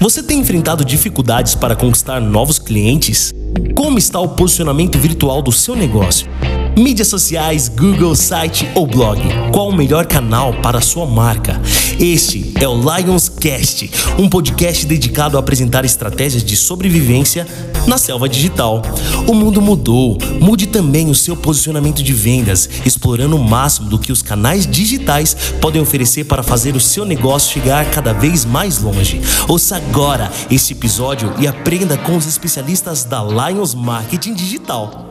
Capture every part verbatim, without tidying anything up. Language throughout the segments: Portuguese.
Você tem enfrentado dificuldades para conquistar novos clientes? Como está o posicionamento virtual do seu negócio? Mídias sociais, Google, site ou blog? Qual o melhor canal para a sua marca? Este é o LionsCast, um podcast dedicado a apresentar estratégias de sobrevivência na selva digital. O mundo mudou, mude também o seu posicionamento de vendas, explorando o máximo do que os canais digitais podem oferecer para fazer o seu negócio chegar cada vez mais longe. Ouça agora este episódio e aprenda com os especialistas da Lions Marketing Digital.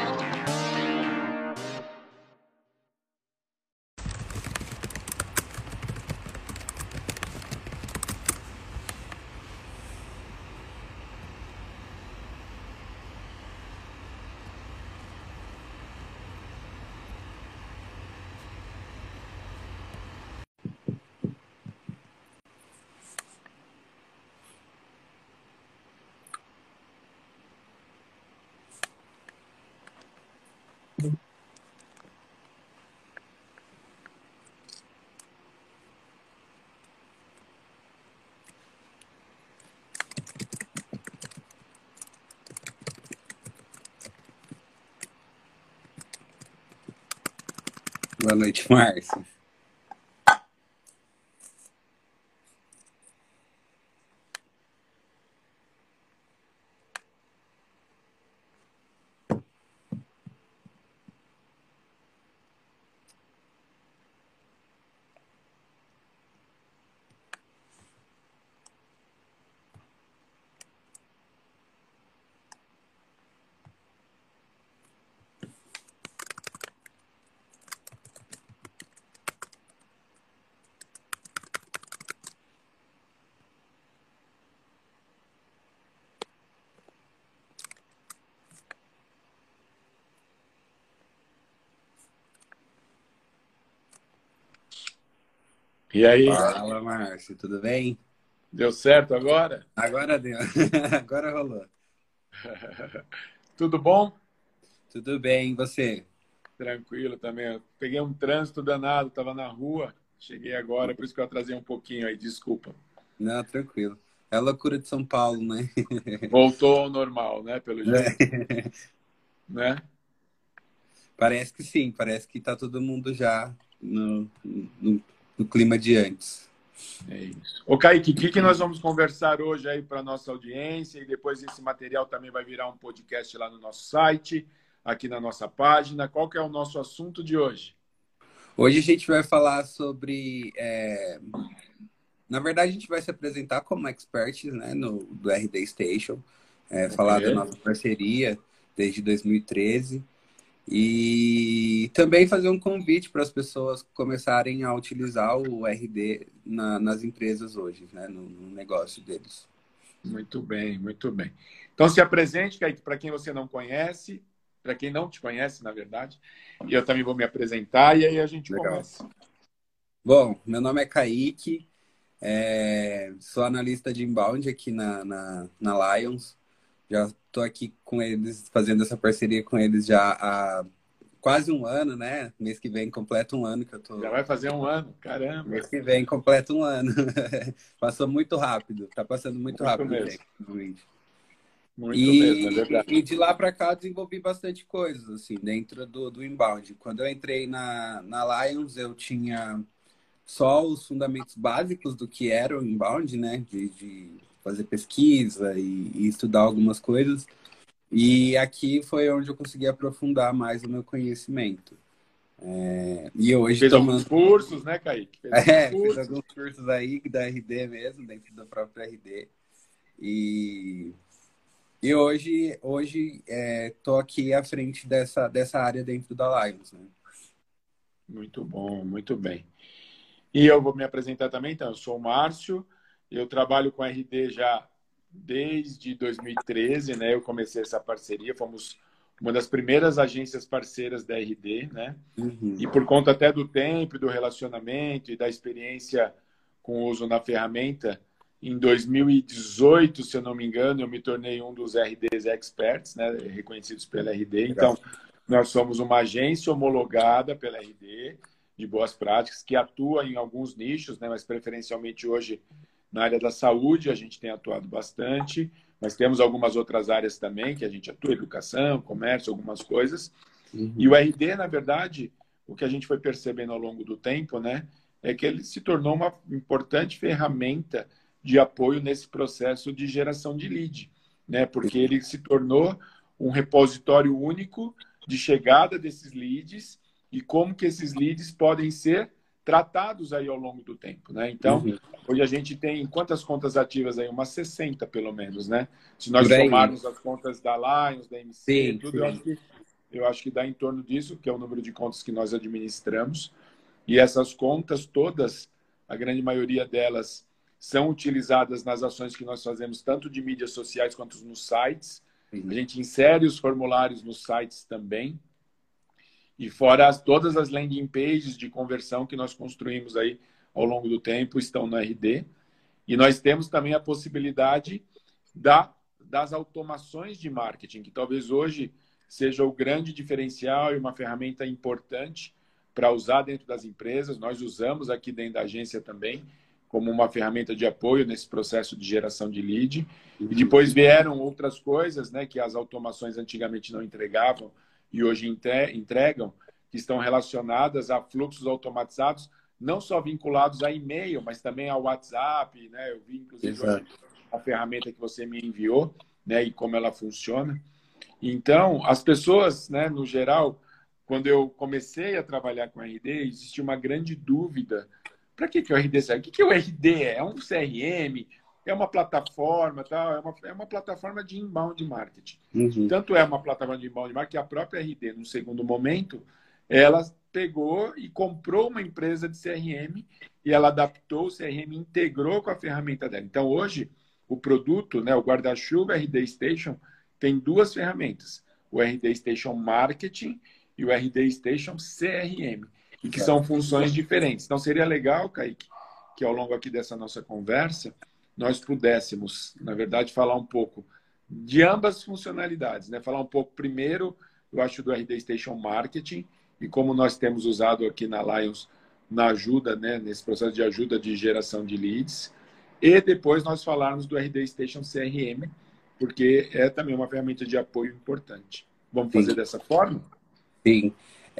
Boa noite, Márcio. E aí? Fala, Márcio, tudo bem? Deu certo agora? Agora deu. Agora rolou. Tudo bom? Tudo bem, e você? Tranquilo também. Eu peguei um trânsito danado, estava na rua. Cheguei agora, por isso que eu atrasei um pouquinho aí, desculpa. Não, tranquilo. É a loucura de São Paulo, né? Voltou ao normal, né? Pelo jeito. É. Né? Parece que sim, parece que tá todo mundo já no, no, no clima de antes. É isso. Ô, Kaique, o que, que nós vamos conversar hoje aí para nossa audiência? E depois esse material também vai virar um podcast lá no nosso site, aqui na nossa página. Qual que é o nosso assunto de hoje? Hoje a gente vai falar sobre... É... Na verdade, a gente vai se apresentar como experts, né, no, do R D Station. É, Okay. Falar da nossa parceria desde dois mil e treze. E também fazer um convite para as pessoas começarem a utilizar o R D na, nas empresas hoje, né, no, no negócio deles. Muito bem, muito bem. Então se apresente, Kaique, para quem você não conhece, para quem não te conhece, na verdade, e eu também vou me apresentar e aí a gente Legal. começa. Bom, meu nome é Kaique, é, sou analista de inbound aqui na, na, na Lions. Já estou aqui com eles, fazendo essa parceria com eles já há quase um ano, né? Mês que vem completa um ano que eu tô... Já vai fazer um ano, caramba. Mês que vem completa um ano. Passou muito rápido, tá passando muito, muito rápido. Mesmo. Tempo. Muito e, mesmo, é verdade. E de lá para cá desenvolvi bastante coisas, assim, dentro do, do inbound. Quando eu entrei na, na Lions, eu tinha só os fundamentos básicos do que era o inbound, né? De, de fazer pesquisa e, e estudar algumas coisas. E aqui foi onde eu consegui aprofundar mais o meu conhecimento. É, e hoje Fez tomando... alguns cursos, né, Kaique? Fez É, cursos. fiz alguns cursos aí da R D mesmo, dentro do próprio R D. E, e hoje, hoje é, tô aqui à frente dessa, dessa área dentro da Lions, né? Muito bom, muito bem. E eu vou me apresentar também, então. Eu sou o Márcio, eu trabalho com R D já desde dois mil e treze, né? Eu comecei essa parceria, fomos uma das primeiras agências parceiras da R D, né? Uhum. E por conta até do tempo, do relacionamento e da experiência com o uso na ferramenta, em dois mil e dezoito, se eu não me engano, eu me tornei um dos R Ds Experts, né? Reconhecidos pela R D. Então, nós somos uma agência homologada pela R D, de boas práticas, que atua em alguns nichos, né? Mas preferencialmente hoje Na área da saúde, a gente tem atuado bastante, mas temos algumas outras áreas também que a gente atua, educação, comércio, algumas coisas. Uhum. E o R D, na verdade, o que a gente foi percebendo ao longo do tempo, né, é que ele se tornou uma importante ferramenta de apoio nesse processo de geração de lead, né, porque ele se tornou um repositório único de chegada desses leads e como que esses leads podem ser tratados aí ao longo do tempo, né? Então, Uhum. hoje a gente tem quantas contas ativas aí? Umas sessenta, pelo menos, né? Se nós Por aí. somarmos as contas da Lions, da M C, Sim, tudo, sim. eu acho que eu acho que dá em torno disso, que é o número de contas que nós administramos. E essas contas todas, a grande maioria delas são utilizadas nas ações que nós fazemos, tanto de mídias sociais quanto nos sites. Sim. A gente insere os formulários nos sites também. E fora as, todas as landing pages de conversão que nós construímos aí ao longo do tempo estão no R D. E nós temos também a possibilidade da, das automações de marketing, que talvez hoje seja o grande diferencial e uma ferramenta importante para usar dentro das empresas. Nós usamos aqui dentro da agência também como uma ferramenta de apoio nesse processo de geração de lead. E depois vieram outras coisas, né, que as automações antigamente não entregavam e hoje entregam, que estão relacionadas a fluxos automatizados, não só vinculados a e-mail, mas também ao WhatsApp, né? Eu vi, inclusive, hoje, a ferramenta que você me enviou, né, e como ela funciona. Então, as pessoas, né, no geral, quando eu comecei a trabalhar com R D, existia uma grande dúvida. Para que, que o R D serve? O que, que o R D é? É um C R M? É uma plataforma? Tal? É, uma, é uma plataforma de inbound marketing. Uhum. Tanto é uma plataforma de inbound marketing que a própria R D, no segundo momento, ela pegou e comprou uma empresa de C R M e ela adaptou o C R M e integrou com a ferramenta dela. Então, hoje, o produto, né, o guarda-chuva R D Station, tem duas ferramentas. O R D Station Marketing e o R D Station C R M, e que são funções diferentes. Então, seria legal, Kaique, que ao longo aqui dessa nossa conversa, nós pudéssemos, na verdade, falar um pouco de ambas as funcionalidades, né? Falar um pouco primeiro, eu acho, do R D Station Marketing e como nós temos usado aqui na Lions na ajuda, né? Nesse processo de ajuda de geração de leads. E depois nós falarmos do R D Station C R M, porque é também uma ferramenta de apoio importante. Vamos fazer Sim. dessa forma? Sim.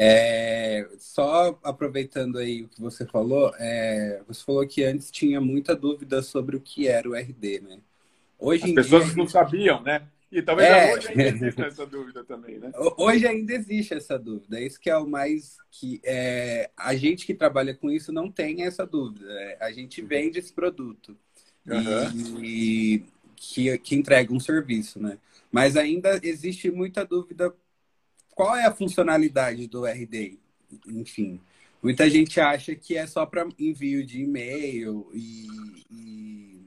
É, só aproveitando aí o que você falou, é, você falou que antes tinha muita dúvida sobre o que era o R D, né? Hoje As em pessoas dia, não sabiam, né? E talvez é, hoje ainda exista essa dúvida também, né? hoje ainda existe essa dúvida. Isso que é o mais que é, a gente que trabalha com isso não tem essa dúvida. É, a gente vende esse produto Uhum. e que, que entrega um serviço, né? Mas ainda existe muita dúvida. Qual é a funcionalidade do R D? Enfim, muita gente acha que é só para envio de e-mail e, e,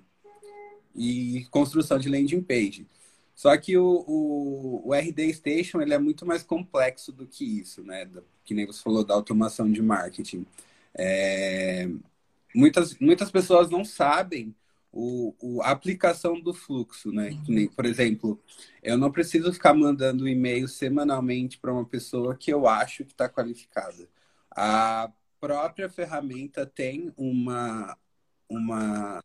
e construção de landing page. Só que o, o, o R D Station ele é muito mais complexo do que isso, né? Que nem você falou da automação de marketing. É, muitas, muitas pessoas não sabem O, o, a aplicação do fluxo, né? Que nem, por exemplo, eu não preciso ficar mandando e-mail semanalmente para uma pessoa que eu acho que está qualificada. A própria ferramenta tem uma, uma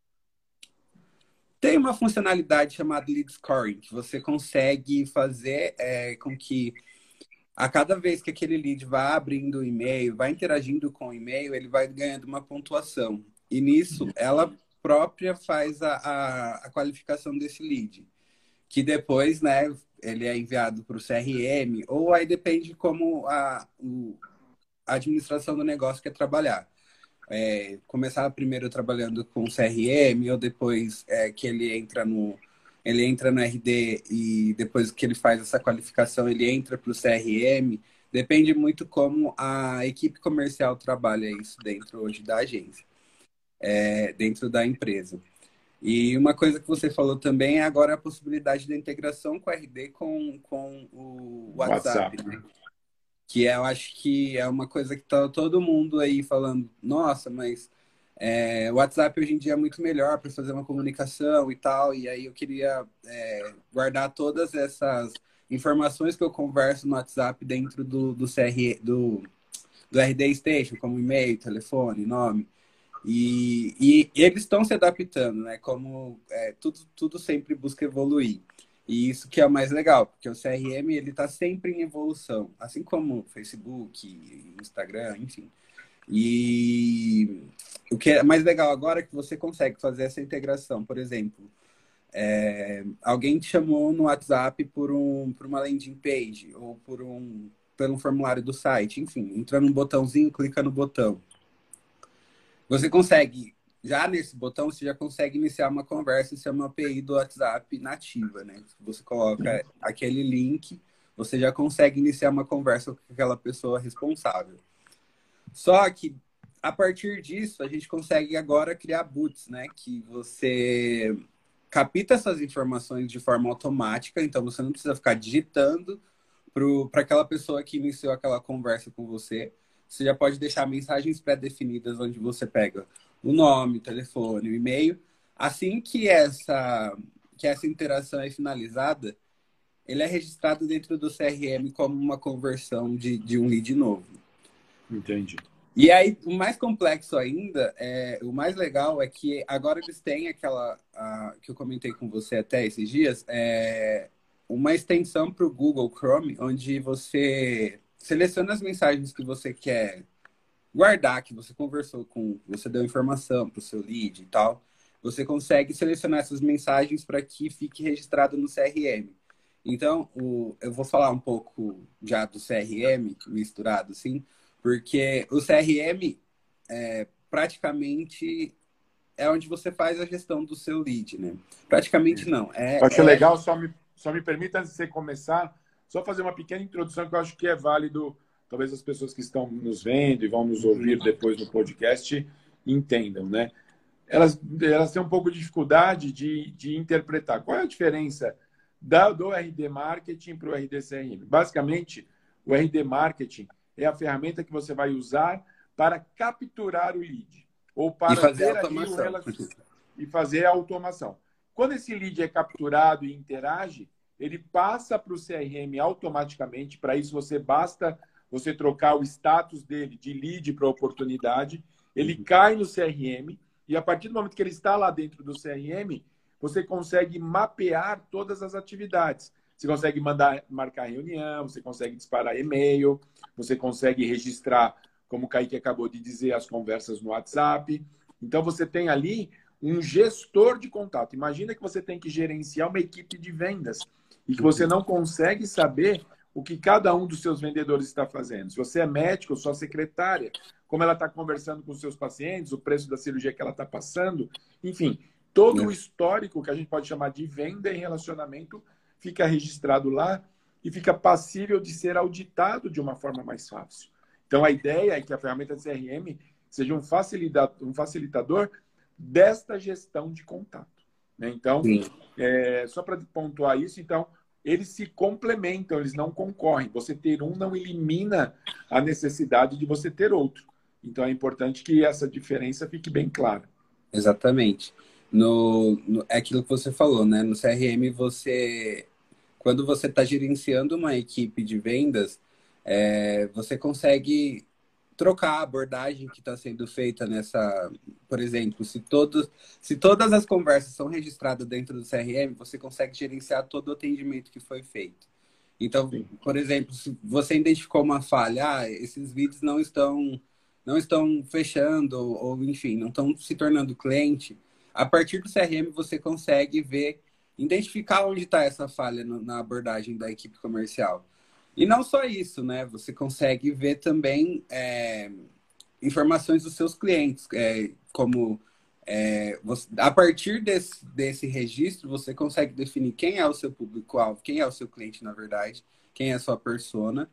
tem uma funcionalidade chamada Lead Scoring, que você consegue fazer é, com que a cada vez que aquele lead vai abrindo o e-mail, vai interagindo com o e-mail, ele vai ganhando uma pontuação. E nisso, ela própria faz a, a, a qualificação desse lead, que depois, né, ele é enviado para o C R M, ou aí depende como a, o, a administração do negócio quer trabalhar. É, começar primeiro trabalhando com C R M, ou depois é, que ele entra no ele entra no R D e depois que ele faz essa qualificação, ele entra para o C R M. Depende muito como a equipe comercial trabalha isso dentro hoje da agência. É, dentro da empresa. E uma coisa que você falou também é agora a possibilidade da integração com o R D com, com o WhatsApp, WhatsApp. Né? Que é, eu acho que é uma coisa que tá todo mundo aí falando, nossa, mas é, o WhatsApp hoje em dia é muito melhor para fazer uma comunicação e tal, e aí eu queria é, guardar todas essas informações que eu converso no WhatsApp dentro do, do, C R, do, do R D Station, como e-mail, telefone, nome. E, e, e eles estão se adaptando, né? Como é, tudo, tudo sempre busca evoluir. E isso que é o mais legal, porque o C R M ele está sempre em evolução, assim como o Facebook, Instagram, enfim. E o que é mais legal agora é que você consegue fazer essa integração. Por exemplo, é, alguém te chamou no WhatsApp por, um, por uma landing page ou por um, por um formulário do site, enfim, entra num botãozinho, clica no botão. Você consegue, já nesse botão, você já consegue iniciar uma conversa, isso é uma A P I do WhatsApp nativa, né? Você coloca aquele link, você já consegue iniciar uma conversa com aquela pessoa responsável. Só que, a partir disso, a gente consegue agora criar bots, né? Que você capta essas informações de forma automática, então você não precisa ficar digitando para aquela pessoa que iniciou aquela conversa com você. Você já pode deixar mensagens pré-definidas onde você pega o nome, o telefone, o e-mail. Assim que essa, que essa interação é finalizada, ele é registrado dentro do C R M como uma conversão de, de um lead novo. Entendi. E aí, o mais complexo ainda, é, o mais legal é que agora eles têm aquela, a, que eu comentei com você até esses dias, é uma extensão para o Google Chrome, onde você seleciona as mensagens que você quer guardar, que você conversou com, você deu informação para o seu lead e tal. Você consegue selecionar essas mensagens para que fique registrado no C R M. Então, o, eu vou falar um pouco já do C R M misturado, assim, porque o C R M é, praticamente é onde você faz a gestão do seu lead, né? Praticamente não. É, eu acho é... legal, só me, só me permita, antes de você começar, só fazer uma pequena introdução que eu acho que é válido, talvez as pessoas que estão nos vendo e vão nos ouvir depois no podcast entendam, né? Elas, elas têm um pouco de dificuldade de, de interpretar. Qual é a diferença da, do R D Marketing para o R D C R M? Basicamente, o R D Marketing é a ferramenta que você vai usar para capturar o lead ou para e fazer ter a ali o automação. e fazer a automação. Quando esse lead é capturado e interage, ele passa para o C R M automaticamente. Para isso, você basta você trocar o status dele de lead para oportunidade. Ele uhum. cai no C R M e, a partir do momento que ele está lá dentro do C R M, você consegue mapear todas as atividades. Você consegue mandar, marcar reunião, você consegue disparar e-mail, você consegue registrar, como o Kaique acabou de dizer, as conversas no WhatsApp. Então, você tem ali um gestor de contato. Imagina que você tem que gerenciar uma equipe de vendas e que você não consegue saber o que cada um dos seus vendedores está fazendo. Se você é médico, sua secretária, como ela está conversando com seus pacientes, o preço da cirurgia que ela está passando, enfim, todo o histórico que a gente pode chamar de venda e relacionamento fica registrado lá e fica passível de ser auditado de uma forma mais fácil. Então, a ideia é que a ferramenta de C R M seja um facilitador, um facilitador desta gestão de contato. Né? Então, é, só para pontuar isso, então, eles se complementam, eles não concorrem. Você ter um não elimina a necessidade de você ter outro. Então, é importante que essa diferença fique bem clara. Exatamente. No, no, é aquilo que você falou, né? No C R M, você... Quando você está gerenciando uma equipe de vendas, é, você consegue trocar a abordagem que está sendo feita nessa... Por exemplo, se, todos, se todas as conversas são registradas dentro do C R M, você consegue gerenciar todo o atendimento que foi feito. Então, Sim. por exemplo, se você identificou uma falha, ah, esses leads não estão, não estão fechando, ou, ou enfim, não estão se tornando cliente, a partir do C R M você consegue ver, identificar onde está essa falha no, na abordagem da equipe comercial. E não só isso, né? Você consegue ver também é, informações dos seus clientes, é, como é, você, a partir desse, desse registro, você consegue definir quem é o seu público-alvo, quem é o seu cliente, na verdade, quem é a sua persona.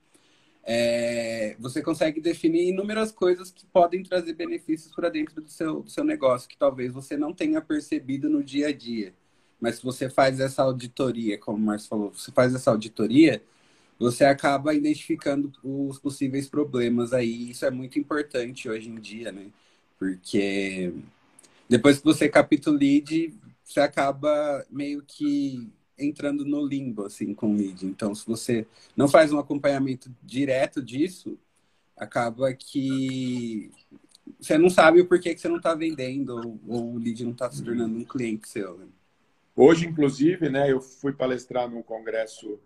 É, você consegue definir inúmeras coisas que podem trazer benefícios para dentro do seu, do seu negócio, que talvez você não tenha percebido no dia a dia. Mas se você faz essa auditoria, como o Márcio falou, você faz essa auditoria, você acaba identificando os possíveis problemas aí. Isso é muito importante hoje em dia, né? Porque depois que você capta o lead, você acaba meio que entrando no limbo, assim, com o lead. Então, se você não faz um acompanhamento direto disso, acaba que você não sabe o porquê que você não está vendendo, ou, ou o lead não está se tornando um cliente seu, né? Hoje, inclusive, né, eu fui palestrar num congresso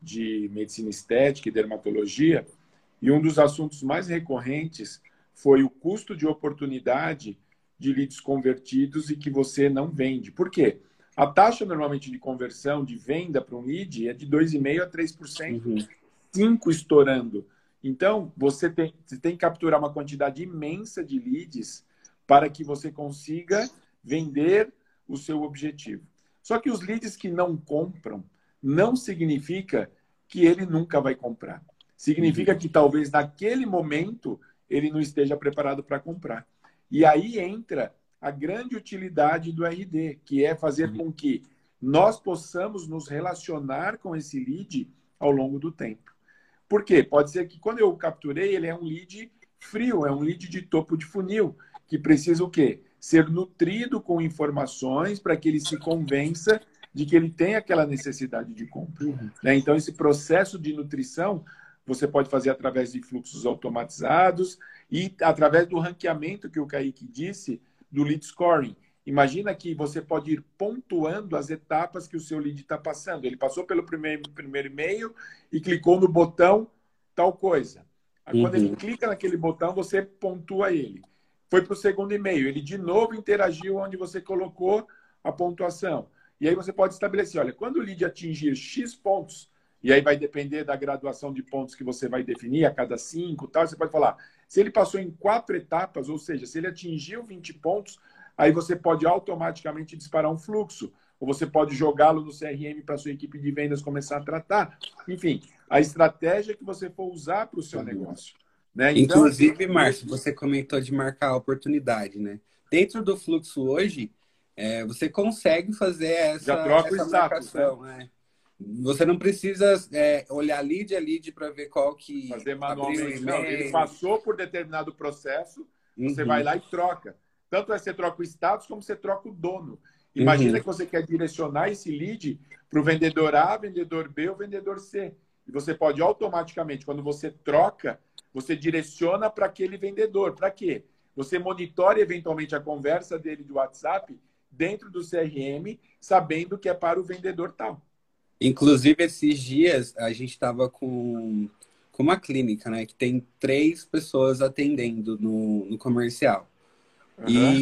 de medicina estética e dermatologia, e um dos assuntos mais recorrentes foi o custo de oportunidade de leads convertidos e que você não vende. Por quê? A taxa normalmente de conversão, de venda para um lead é de dois vírgula cinco por cento a três por cento, Uhum. cinco por cento estourando. Então, você tem, você tem que capturar uma quantidade imensa de leads para que você consiga vender o seu objetivo. Só que os leads que não compram não significa que ele nunca vai comprar. Significa que talvez naquele momento ele não esteja preparado para comprar. E aí entra a grande utilidade do R D, que é fazer com que nós possamos nos relacionar com esse lead ao longo do tempo. Por quê? Pode ser que quando eu capturei, ele é um lead frio, é um lead de topo de funil, que precisa o quê? Ser nutrido com informações para que ele se convença de que ele tem aquela necessidade de compra. Uhum. Né? Então, esse processo de nutrição você pode fazer através de fluxos automatizados e através do ranqueamento que o Kaique disse, do lead scoring. Imagina que você pode ir pontuando as etapas que o seu lead está passando. Ele passou pelo primeiro, primeiro e-mail e clicou no botão tal coisa. Aí, quando Uhum. ele clica naquele botão, você pontua ele. Foi para o segundo e-mail. Ele de novo interagiu onde você colocou a pontuação. E aí você pode estabelecer, olha, quando o lead atingir X pontos, e aí vai depender da graduação de pontos que você vai definir, a cada cinco tal, você pode falar, se ele passou em quatro etapas, ou seja, se ele atingiu vinte pontos, aí você pode automaticamente disparar um fluxo, ou você pode jogá-lo no C R M para a sua equipe de vendas começar a tratar. Enfim, a estratégia que você for usar para o seu negócio. Né? Então, inclusive, Márcio, você comentou de marcar a oportunidade, né? Dentro do fluxo hoje, é, você consegue fazer essa, já troca essa o status, marcação, né? né? Você não precisa é, olhar lead a lead para ver qual que fazer abriu o manualmente. Não, ele e-mail. passou por determinado processo, você Uhum. vai lá e troca. Tanto é você troca o status como você troca o dono. Imagina Uhum. que você quer direcionar esse lead para o vendedor A, vendedor B ou vendedor C. E você pode automaticamente, quando você troca, você direciona para aquele vendedor. Para quê? Você monitora eventualmente a conversa dele do WhatsApp dentro do C R M, sabendo que é para o vendedor tal. Inclusive, esses dias, a gente estava com, com uma clínica, né? Que tem três pessoas atendendo no, no comercial. Uhum.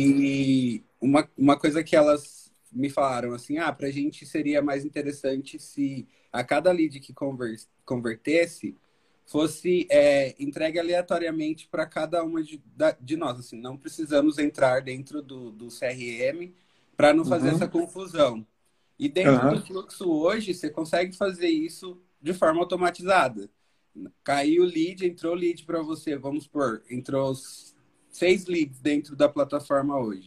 E uma, uma coisa que elas me falaram, assim, ah, pra gente seria mais interessante se a cada lead que conver, convertesse fosse é, entregue aleatoriamente para cada uma de, da, de nós. Assim, não precisamos entrar dentro do, do C R M para não fazer Uhum. essa confusão. E dentro Uhum. do fluxo hoje, você consegue fazer isso de forma automatizada. Caiu o lead, entrou o lead para você, vamos supor, entrou seis leads dentro da plataforma hoje.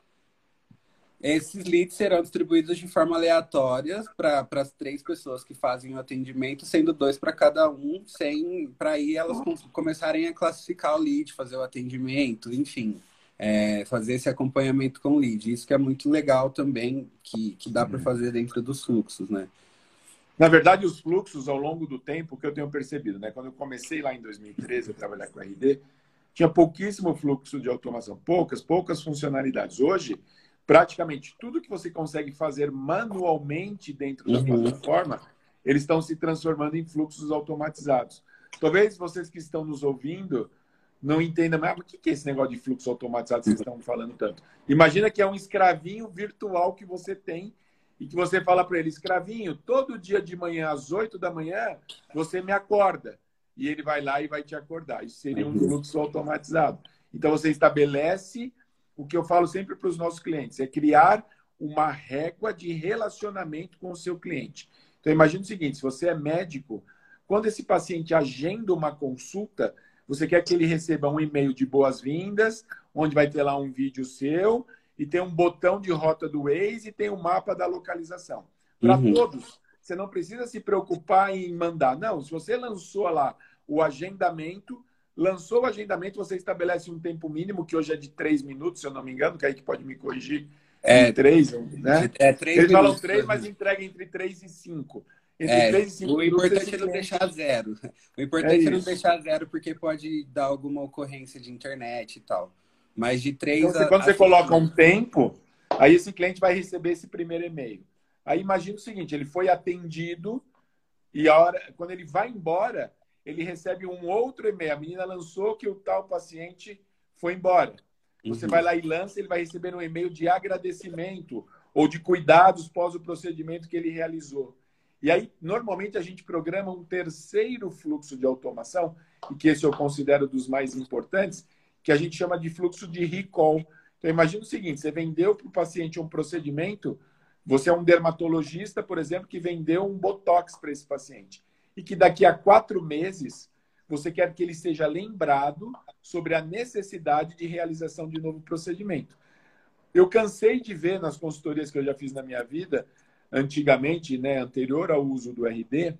Esses leads serão distribuídos de forma aleatória para as três pessoas que fazem o atendimento, sendo dois para cada um, sem para aí elas com, começarem a classificar o lead, fazer o atendimento, enfim. É, fazer esse acompanhamento com o lead. Isso que é muito legal também, que, que dá para fazer dentro dos fluxos, né? Na verdade, os fluxos, ao longo do tempo, que eu tenho percebido, né? Quando eu comecei lá em dois mil e treze a trabalhar com R D, tinha pouquíssimo fluxo de automação. Poucas, poucas funcionalidades. Hoje, praticamente tudo que você consegue fazer manualmente dentro da Uhum. plataforma, eles estão se transformando em fluxos automatizados. Talvez vocês que estão nos ouvindo não entendam, mas o que é esse negócio de fluxo automatizado que vocês estão falando tanto? Imagina que é um escravinho virtual que você tem e que você fala para ele, escravinho, todo dia de manhã, às oito da manhã, você me acorda. E ele vai lá e vai te acordar. Isso seria um fluxo automatizado. Então, você estabelece o que eu falo sempre para os nossos clientes, é criar uma régua de relacionamento com o seu cliente. Então, imagine o seguinte, se você é médico, quando esse paciente agenda uma consulta, você quer que ele receba um e-mail de boas-vindas, onde vai ter lá um vídeo seu, e tem um botão de rota do Waze e tem um mapa da localização. Para Uhum. todos, você não precisa se preocupar em mandar. Não, se você lançou lá o agendamento, lançou o agendamento, você estabelece um tempo mínimo, que hoje é de três minutos, se eu não me engano, que aí que pode me corrigir, É, de três, né? é três Eles falam minutos, três, né? mas entrega entre três e cinco. Entre É, três e cinco o minutos, importante esse é não cliente- deixar zero. O É importante é, não isso. deixar zero, porque pode dar alguma ocorrência de internet e tal. Mas de três Então, você, a, quando a você cinco coloca um meses. tempo, aí esse cliente vai receber esse primeiro e-mail. Aí imagina o seguinte, ele foi atendido e a hora, quando ele vai embora, ele recebe um outro e-mail. A menina lançou que o tal paciente foi embora. Você vai Uhum. lá e lança, ele vai receber um e-mail de agradecimento ou de cuidados pós o procedimento que ele realizou. E aí, normalmente, a gente programa um terceiro fluxo de automação, e que esse eu considero dos mais importantes, que a gente chama de fluxo de recall. Então, imagina o seguinte, você vendeu para o paciente um procedimento, você é um dermatologista, por exemplo, que vendeu um Botox para esse paciente, e que daqui a quatro meses você quer que ele seja lembrado sobre a necessidade de realização de novo procedimento. Eu cansei de ver nas consultorias que eu já fiz na minha vida, antigamente, né, anterior ao uso do R D,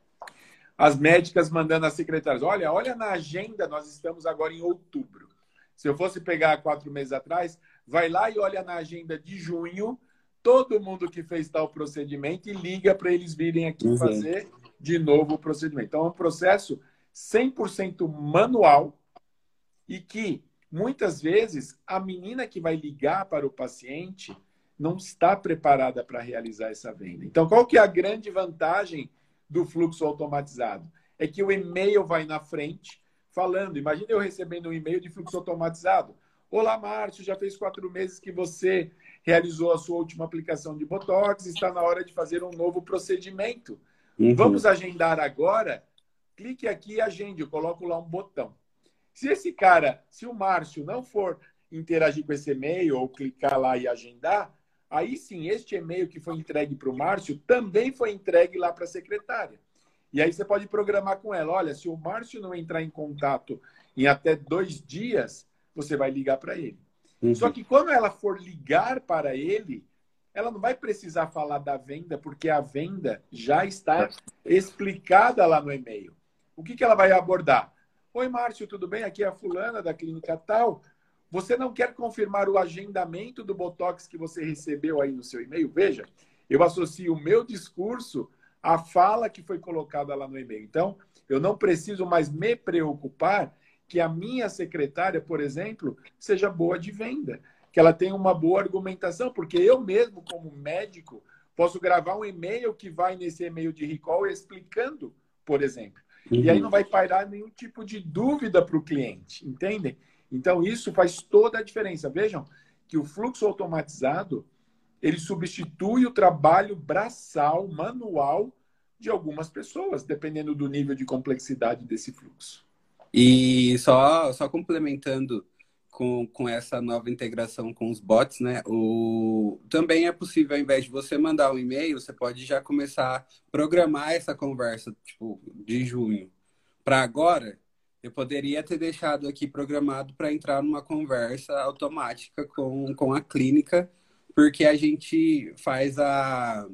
as médicas mandando as secretárias, olha, olha na agenda, nós estamos agora em outubro. Se eu fosse pegar quatro meses atrás, vai lá e olha na agenda de junho, todo mundo que fez tal procedimento e liga para eles virem aqui Uhum. fazer de novo o procedimento. Então, é um processo cem por cento manual e que, muitas vezes, a menina que vai ligar para o paciente não está preparada para realizar essa venda. Então, qual que é a grande vantagem do fluxo automatizado? É que o e-mail vai na frente falando. Imagina eu recebendo um e-mail de fluxo automatizado. Olá, Márcio, já fez quatro meses que você realizou a sua última aplicação de Botox, está na hora de fazer um novo procedimento. Uhum. Vamos agendar agora? Clique aqui e agende. Eu coloco lá um botão. Se esse cara, se o Márcio não for interagir com esse e-mail ou clicar lá e agendar, aí sim, este e-mail que foi entregue para o Márcio também foi entregue lá para a secretária. E aí você pode programar com ela, olha, se o Márcio não entrar em contato em até dois dias, você vai ligar para ele. Uhum. Só que quando ela for ligar para ele, ela não vai precisar falar da venda, porque a venda já está explicada lá no e-mail. O que, que ela vai abordar? Oi, Márcio, tudo bem? Aqui é a fulana da clínica tal. Você não quer confirmar o agendamento do Botox que você recebeu aí no seu e-mail? Veja, eu associo o meu discurso à fala que foi colocada lá no e-mail. Então, eu não preciso mais me preocupar que a minha secretária, por exemplo, seja boa de venda, que ela tenha uma boa argumentação, porque eu mesmo, como médico, posso gravar um e-mail que vai nesse e-mail de recall explicando, por exemplo. Uhum. E aí não vai pairar nenhum tipo de dúvida para o cliente, entendem? Então, isso faz toda a diferença. Vejam que o fluxo automatizado, ele substitui o trabalho braçal, manual, de algumas pessoas, dependendo do nível de complexidade desse fluxo. E só, só complementando com, com essa nova integração com os bots, né? O... Também é possível, ao invés de você mandar um e-mail, você pode já começar a programar essa conversa, tipo, de junho. Para agora, eu poderia ter deixado aqui programado para entrar numa conversa automática com, com a clínica, porque a gente faz a...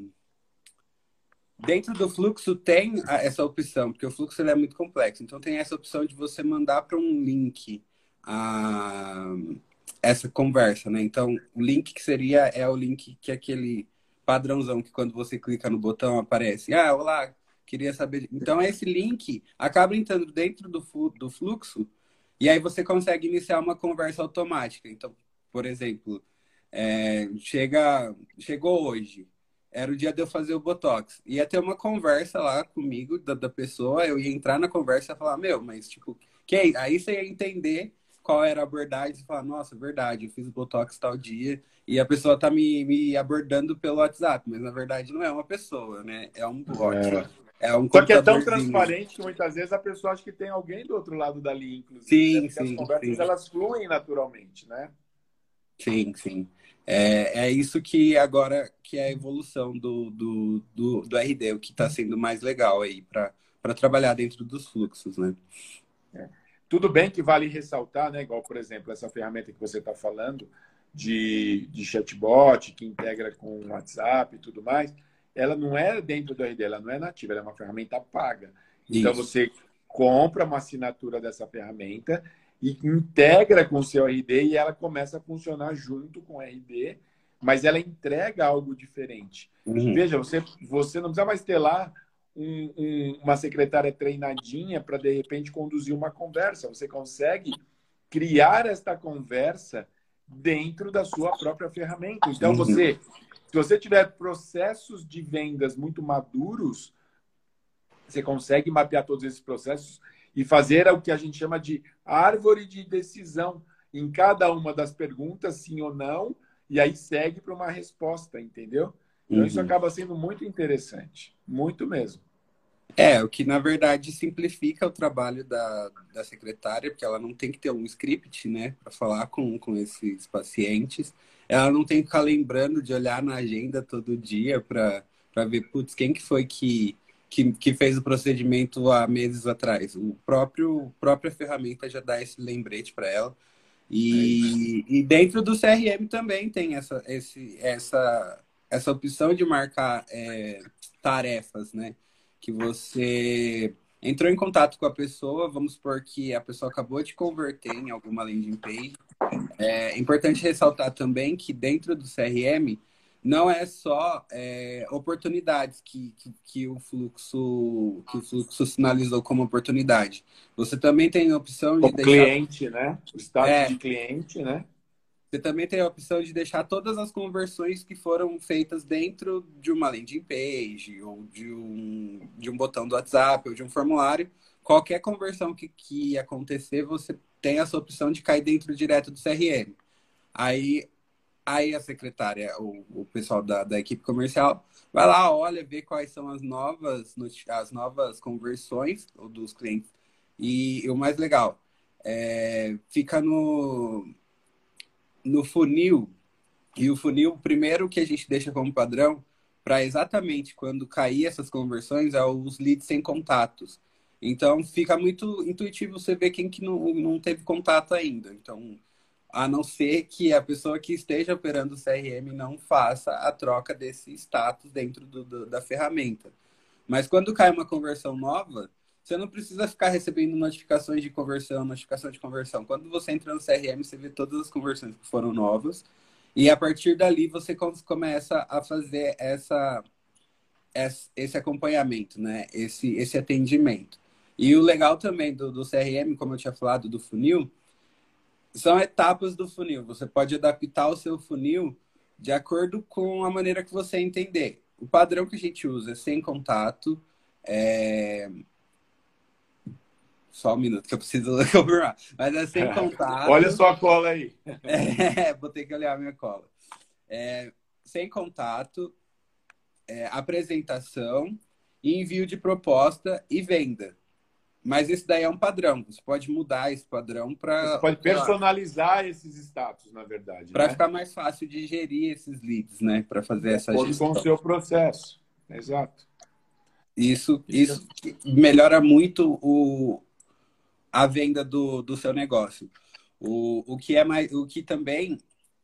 Dentro do fluxo tem essa opção, porque o fluxo ele é muito complexo. Então tem essa opção de você mandar para um link a... essa conversa, né? Então o link que seria é o link que é aquele padrãozão que quando você clica no botão aparece. Ah, olá, queria saber. Então esse link acaba entrando dentro do, do fluxo e aí você consegue iniciar uma conversa automática. Então, por exemplo, é, chega, chegou hoje. Era o dia de eu fazer o Botox. Ia ter uma conversa lá comigo, da, da pessoa, eu ia entrar na conversa e falar, meu, mas tipo, que aí você ia entender qual era a abordagem e falar, nossa, verdade, eu fiz o Botox tal dia, e a pessoa tá me, me abordando pelo WhatsApp, mas na verdade não é uma pessoa, né? É um bot. É, é um Só que é tão computadorzinho. transparente que muitas vezes a pessoa acha que tem alguém do outro lado da linha, inclusive. Sim, né? Porque sim, as conversas sim. elas fluem naturalmente, né? Sim, sim. É, é isso que agora que é a evolução do, do, do, do R D, o que está sendo mais legal aí para trabalhar dentro dos fluxos, né? É. Tudo bem que vale ressaltar, né? Igual, por exemplo, essa ferramenta que você está falando de, de chatbot, que integra com o WhatsApp e tudo mais, ela não é dentro do R D, ela não é nativa, ela é uma ferramenta paga. Então, Isso. você compra uma assinatura dessa ferramenta e integra com o seu R D e ela começa a funcionar junto com o R D, mas ela entrega algo diferente. Uhum. Veja, você, você não precisa mais ter lá um, um, uma secretária treinadinha para, de repente, conduzir uma conversa. Você consegue criar esta conversa dentro da sua própria ferramenta. Então, Uhum. você, se você tiver processos de vendas muito maduros, você consegue mapear todos esses processos e fazer o que a gente chama de árvore de decisão em cada uma das perguntas, sim ou não, e aí segue para uma resposta, entendeu? Então, Uhum. isso acaba sendo muito interessante. Muito mesmo. É, o que na verdade simplifica o trabalho da, da secretária, porque ela não tem que ter um script, né, para falar com, com esses pacientes. Ela não tem que ficar lembrando de olhar na agenda todo dia para para ver, putz, quem que foi que, que, que fez o procedimento há meses atrás. O próprio própria ferramenta já dá esse lembrete para ela. E, e dentro do C R M também tem essa, esse, essa, essa opção de marcar é, tarefas, né? Que você entrou em contato com a pessoa, vamos supor que a pessoa acabou de converter em alguma landing page. É importante ressaltar também que dentro do C R M não é só é, oportunidades que, que, que, o fluxo, que o fluxo sinalizou como oportunidade. Você também tem a opção de Como deixar... cliente, né? O status É, de cliente, né? você também tem a opção de deixar todas as conversões que foram feitas dentro de uma landing page, ou de um, de um botão do WhatsApp, ou de um formulário. Qualquer conversão que, que acontecer, você tem essa opção de cair dentro direto do C R M. Aí, aí a secretária, o, o pessoal da, da equipe comercial, vai lá, olha, vê quais são as novas, as novas conversões dos clientes. E, e o mais legal, é, fica no... no funil, e o funil, primeiro que a gente deixa como padrão, para exatamente quando cair essas conversões, é os leads sem contatos. Então, fica muito intuitivo você ver quem que não, não teve contato ainda. Então, a não ser que a pessoa que esteja operando o C R M não faça a troca desse status dentro do, do, da ferramenta. Mas quando cai uma conversão nova, você não precisa ficar recebendo notificações de conversão, notificação de conversão. Quando você entra no C R M, você vê todas as conversões que foram novas. E a partir dali, você começa a fazer essa, esse acompanhamento, né? Esse, esse atendimento. E o legal também do, do C R M, como eu tinha falado, do funil, são etapas do funil. Você pode adaptar o seu funil de acordo com a maneira que você entender. O padrão que a gente usa é sem contato, é... Só um minuto que eu preciso confirmar. Mas é sem contato. Olha só a cola aí. É, vou ter que olhar a minha cola. É, sem contato, é, apresentação, envio de proposta e venda. Mas esse daí é um padrão. Você pode mudar esse padrão para... Você pode personalizar esses status, na verdade. Para né? ficar mais fácil de gerir esses leads, né? Para fazer essa gestão. Com o seu processo. Exato. Isso, isso melhora muito o, a venda do, do seu negócio. O, o, que é mais, o que também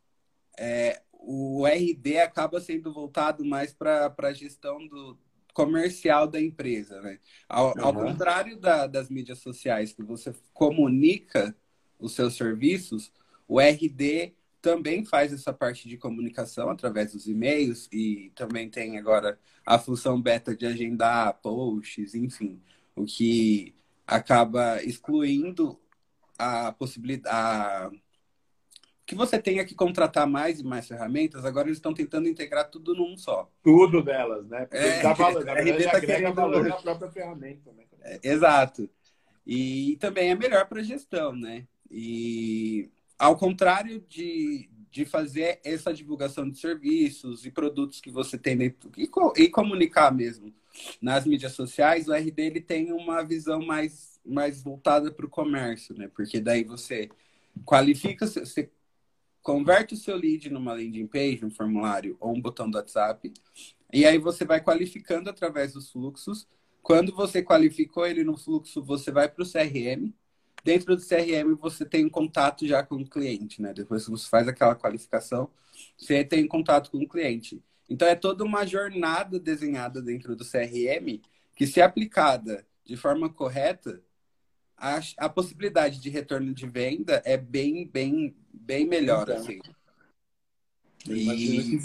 é, o R D acaba sendo voltado mais para a gestão do comercial da empresa, né? Ao, uhum. ao contrário da, das mídias sociais, que você comunica os seus serviços, o R D também faz essa parte de comunicação através dos e-mails e também tem agora a função beta de agendar posts, enfim, o que acaba excluindo a possibilidade que você tenha que contratar mais e mais ferramentas. Agora eles estão tentando integrar tudo num só. Tudo delas, né? Porque é, dá valor, na verdade, tá agrega valor na própria ferramenta. Né? É, exato. E também é melhor para gestão, né? E ao contrário de, de fazer essa divulgação de serviços e produtos que você tem dentro, e, e comunicar mesmo nas mídias sociais, o R D ele tem uma visão mais, mais voltada para o comércio, né? Porque daí você qualifica, você converte o seu lead numa landing page, um formulário ou um botão do WhatsApp, e aí você vai qualificando através dos fluxos. Quando você qualificou ele no fluxo, você vai para o C R M. Dentro do C R M, você tem um contato já com o cliente, né? Depois que você faz aquela qualificação, você tem contato com o cliente. Então, é toda uma jornada desenhada dentro do C R M que, se aplicada de forma correta, a, a possibilidade de retorno de venda é bem, bem, bem melhor, então, assim. E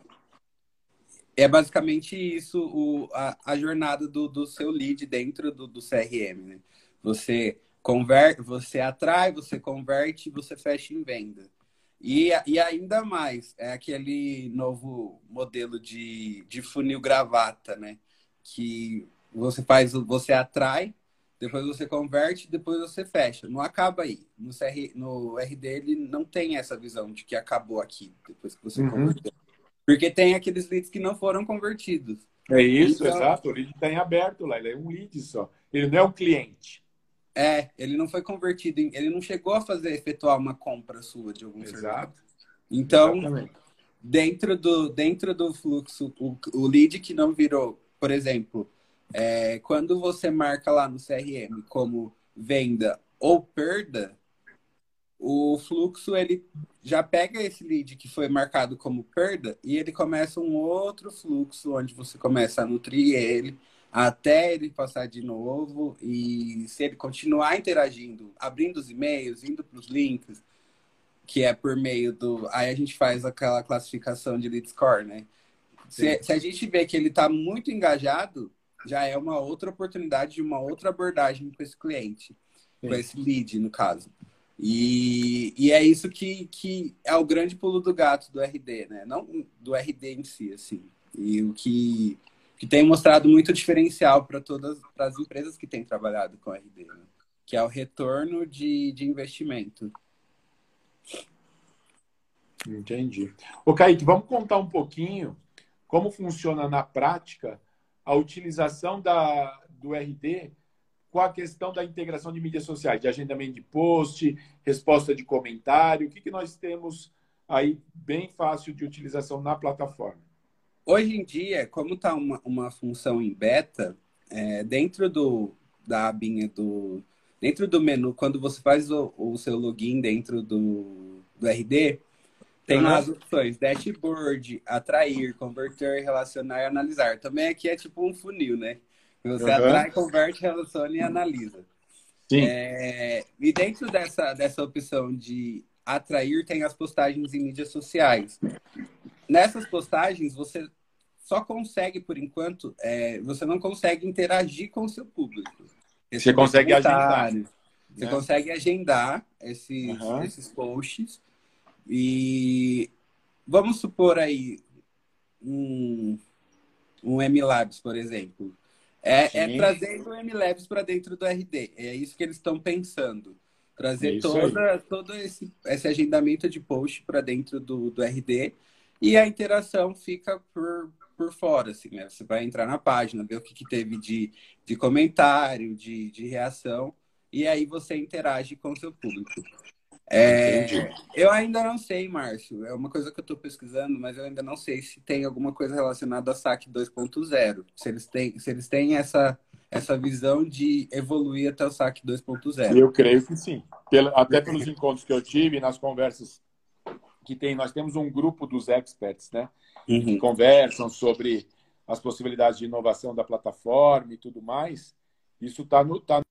é basicamente isso, o, a, a jornada do, do seu lead dentro do, do C R M, né? Você converte, você atrai, você converte e você fecha em venda. E, e ainda mais, é aquele novo modelo de, de funil gravata, né? Que você faz, você atrai, depois você converte, depois você fecha. Não acaba aí. No, C R, no R D ele não tem essa visão de que acabou aqui, depois que você Uhum. converteu. Porque tem aqueles leads que não foram convertidos. É isso, Então, exato. O lead está em aberto lá, ele é um lead só. Ele não é um cliente. é, ele não foi convertido, em, ele não chegou a fazer, efetuar uma compra sua de algum serviço. Exato. Então, Exatamente. dentro do, dentro do fluxo, o, o lead que não virou, por exemplo, é, quando você marca lá no C R M como venda ou perda, o fluxo ele já pega esse lead que foi marcado como perda e ele começa um outro fluxo onde você começa a nutrir ele até ele passar de novo e se ele continuar interagindo, abrindo os e-mails, indo para os links, que é por meio do... Aí a gente faz aquela classificação de lead score, né? Se, se a gente vê que ele está muito engajado, já é uma outra oportunidade de uma outra abordagem com esse cliente, Sim. com esse lead, no caso. E, e é isso que, que é o grande pulo do gato do R D, né? Não do R D em si, assim. E o que, que tem mostrado muito diferencial para todas as empresas que têm trabalhado com R D, né? Que é o retorno de, de investimento. Entendi. Ô, Kaique, vamos contar um pouquinho como funciona na prática a utilização da, do R D com a questão da integração de mídias sociais, de agendamento de post, resposta de comentário. O que, que nós temos aí bem fácil de utilização na plataforma? Hoje em dia, como está uma, uma função em beta, é, dentro do, da abinha do... Dentro do menu, quando você faz o, o seu login dentro do, do R D, tem uhum. lá as opções, dashboard, atrair, converter, relacionar e analisar. Também aqui é tipo um funil, né? Você uhum. atrai, converte, relaciona e analisa. Sim. É, e dentro dessa, dessa opção de atrair, tem as postagens em mídias sociais. Nessas postagens, você só consegue, por enquanto, é, você não consegue interagir com o seu público. Você consegue agendar. Você né? consegue agendar esses, uhum. esses posts. E vamos supor aí um, um MLabs, por exemplo. É, é trazendo o MLabs para dentro do R D. É isso que eles estão pensando. Trazer é toda, todo esse, esse agendamento de post para dentro do, do R D e a interação fica por, por fora. Assim, né? Você vai entrar na página, ver o que, que teve de, de comentário, de, de reação, e aí você interage com o seu público. É, eu ainda não sei, Márcio. É uma coisa que eu estou pesquisando, mas eu ainda não sei se tem alguma coisa relacionada a S A C dois ponto zero. Se eles têm, se eles têm essa, essa visão de evoluir até o S A C dois ponto zero. Eu creio que sim. Pela, até pelos encontros que eu tive, nas conversas que tem, nós temos um grupo dos experts, né? Uhum. Que conversam sobre as possibilidades de inovação da plataforma e tudo mais. Isso está no, tá